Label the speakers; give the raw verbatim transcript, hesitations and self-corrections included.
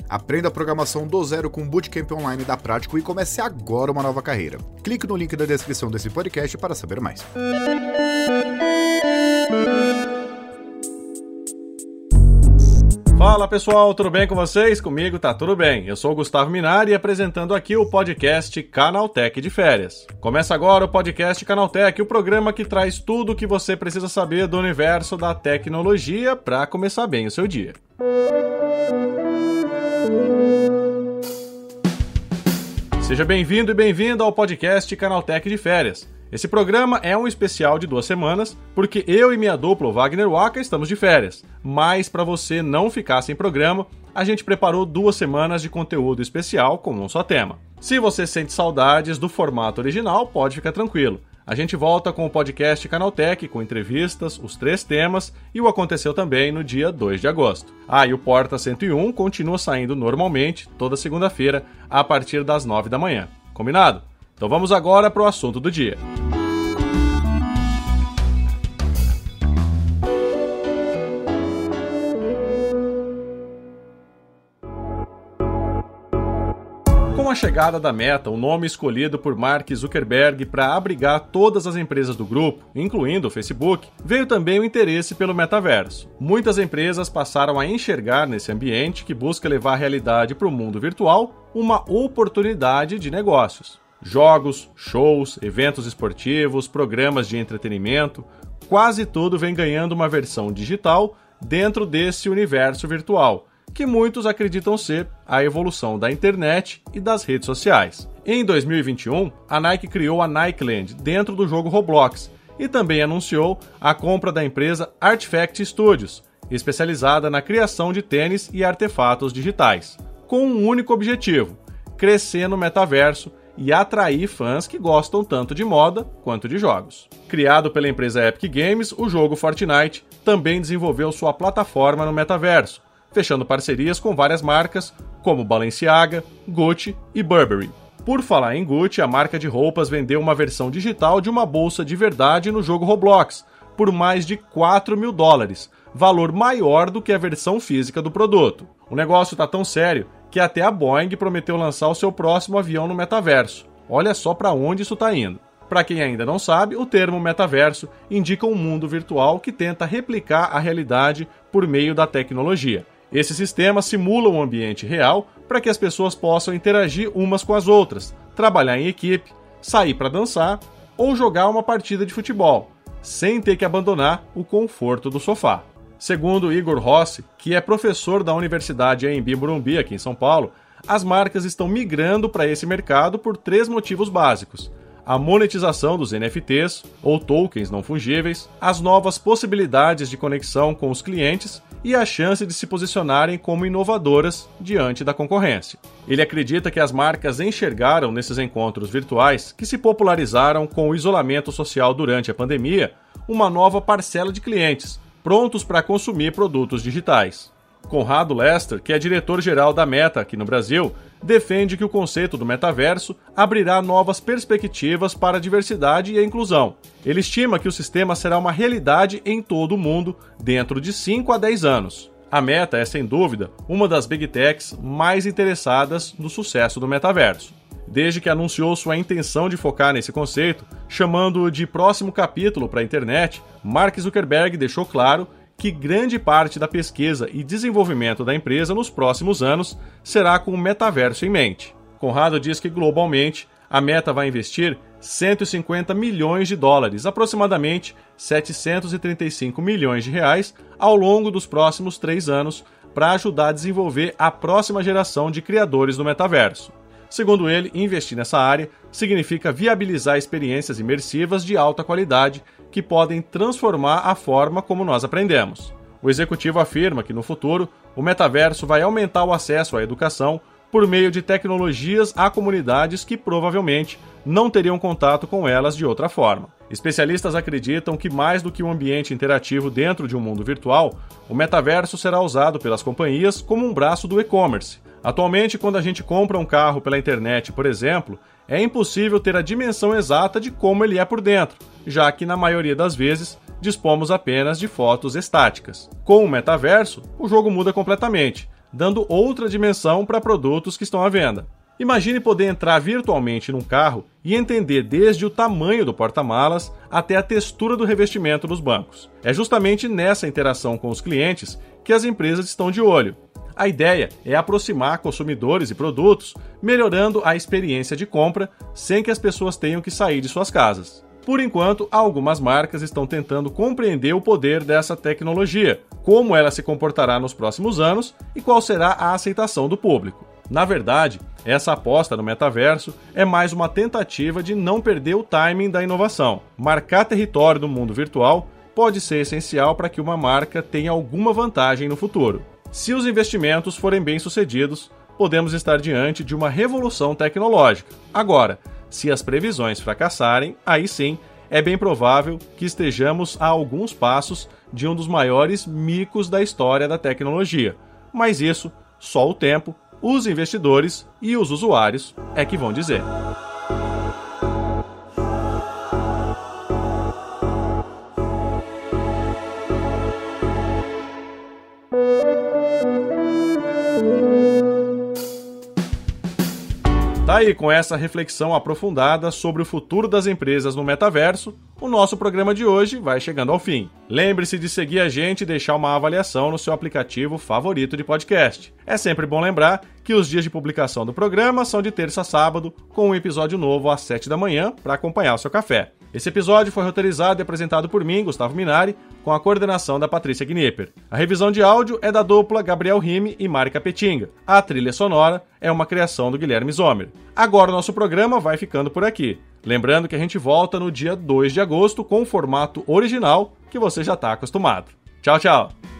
Speaker 1: Aprenda a programação do zero com o Bootcamp Online da Prático e comece agora uma nova carreira. Clique no link da descrição desse podcast para saber mais.
Speaker 2: Fala pessoal, tudo bem com vocês? Comigo tá tudo bem. Eu sou o Gustavo Minari, apresentando aqui o podcast Canaltech de Férias. Começa agora o podcast Canaltech, o programa que traz tudo o que você precisa saber do universo da tecnologia para começar bem o seu dia. Seja bem-vindo e bem-vinda ao podcast Canaltech de Férias. Esse programa é um especial de duas semanas, porque eu e minha dupla, o Wagner Waka, estamos de férias. Mas para você não ficar sem programa, a gente preparou duas semanas de conteúdo especial com um só tema. Se você sente saudades do formato original, pode ficar tranquilo. A gente volta com o podcast Canaltech, com entrevistas, os três temas e o Aconteceu Também no dia dois de agosto. Ah, e o Porta cento e um continua saindo normalmente, toda segunda-feira, a partir das nove da manhã. Combinado? Então vamos agora para o assunto do dia. Com a chegada da Meta, o nome escolhido por Mark Zuckerberg para abrigar todas as empresas do grupo, incluindo o Facebook, veio também o interesse pelo metaverso. Muitas empresas passaram a enxergar nesse ambiente que busca levar a realidade para o mundo virtual uma oportunidade de negócios. Jogos, shows, eventos esportivos, programas de entretenimento, quase tudo vem ganhando uma versão digital dentro desse universo virtual, que muitos acreditam ser a evolução da internet e das redes sociais. Em dois mil e vinte e um, a Nike criou a Nikeland dentro do jogo Roblox e também anunciou a compra da empresa Artifact Studios, especializada na criação de tênis e artefatos digitais, com um único objetivo: crescer no metaverso e atrair fãs que gostam tanto de moda quanto de jogos. Criado pela empresa Epic Games, o jogo Fortnite também desenvolveu sua plataforma no metaverso, fechando parcerias com várias marcas como Balenciaga, Gucci e Burberry. Por falar em Gucci, a marca de roupas vendeu uma versão digital de uma bolsa de verdade no jogo Roblox, por mais de quatro mil dólares, valor maior do que a versão física do produto. O negócio tá tão sério que até a Boeing prometeu lançar o seu próximo avião no metaverso. Olha só para onde isso está indo. Para quem ainda não sabe, o termo metaverso indica um mundo virtual que tenta replicar a realidade por meio da tecnologia. Esse sistema simula um ambiente real para que as pessoas possam interagir umas com as outras, trabalhar em equipe, sair para dançar ou jogar uma partida de futebol, sem ter que abandonar o conforto do sofá. Segundo Igor Rossi, que é professor da Universidade Anhembi Morumbi, aqui em São Paulo, as marcas estão migrando para esse mercado por três motivos básicos: a monetização dos N F Ts, ou tokens não fungíveis, as novas possibilidades de conexão com os clientes e a chance de se posicionarem como inovadoras diante da concorrência. Ele acredita que as marcas enxergaram nesses encontros virtuais, que se popularizaram com o isolamento social durante a pandemia, uma nova parcela de clientes, prontos para consumir produtos digitais. Conrado Lester, que é diretor-geral da Meta aqui no Brasil, defende que o conceito do metaverso abrirá novas perspectivas para a diversidade e a inclusão. Ele estima que o sistema será uma realidade em todo o mundo dentro de cinco a dez anos. A Meta é, sem dúvida, uma das Big Techs mais interessadas no sucesso do metaverso. Desde que anunciou sua intenção de focar nesse conceito, chamando-o de próximo capítulo para a internet, Mark Zuckerberg deixou claro que grande parte da pesquisa e desenvolvimento da empresa nos próximos anos será com o metaverso em mente. Conrado diz que, globalmente, a Meta vai investir cento e cinquenta milhões de dólares, aproximadamente setecentos e trinta e cinco milhões de reais, ao longo dos próximos três anos, para ajudar a desenvolver a próxima geração de criadores do metaverso. Segundo ele, investir nessa área significa viabilizar experiências imersivas de alta qualidade que podem transformar a forma como nós aprendemos. O executivo afirma que, no futuro, o metaverso vai aumentar o acesso à educação por meio de tecnologias a comunidades que provavelmente não teriam contato com elas de outra forma. Especialistas acreditam que, mais do que um ambiente interativo dentro de um mundo virtual, o metaverso será usado pelas companhias como um braço do e-commerce. Atualmente, quando a gente compra um carro pela internet, por exemplo, é impossível ter a dimensão exata de como ele é por dentro, já que, na maioria das vezes, dispomos apenas de fotos estáticas. Com o metaverso, o jogo muda completamente. dando outra dimensão para produtos que estão à venda. Imagine poder entrar virtualmente num carro e entender desde o tamanho do porta-malas até a textura do revestimento dos bancos. É justamente nessa interação com os clientes que as empresas estão de olho. A ideia é aproximar consumidores e produtos, melhorando a experiência de compra sem que as pessoas tenham que sair de suas casas. Por enquanto, algumas marcas estão tentando compreender o poder dessa tecnologia, como ela se comportará nos próximos anos e qual será a aceitação do público. Na verdade, essa aposta no metaverso é mais uma tentativa de não perder o timing da inovação. Marcar território no mundo virtual pode ser essencial para que uma marca tenha alguma vantagem no futuro. Se os investimentos forem bem-sucedidos, podemos estar diante de uma revolução tecnológica. Agora, se as previsões fracassarem, aí sim, é bem provável que estejamos a alguns passos de um dos maiores micos da história da tecnologia. Mas isso, só o tempo, os investidores e os usuários é que vão dizer. Tá aí, com essa reflexão aprofundada sobre o futuro das empresas no metaverso, o nosso programa de hoje vai chegando ao fim. Lembre-se de seguir a gente e deixar uma avaliação no seu aplicativo favorito de podcast. É sempre bom lembrar que os dias de publicação do programa são de terça a sábado, com um episódio novo às sete da manhã para acompanhar o seu café. Esse episódio foi roteirizado e apresentado por mim, Gustavo Minari, com a coordenação da Patrícia Gnipper. A revisão de áudio é da dupla Gabriel Rime e Mari Capetinga. A trilha sonora é uma criação do Guilherme Zomer. Agora o nosso programa vai ficando por aqui. Lembrando que a gente volta no dia dois de agosto com o formato original que você já está acostumado. Tchau, tchau!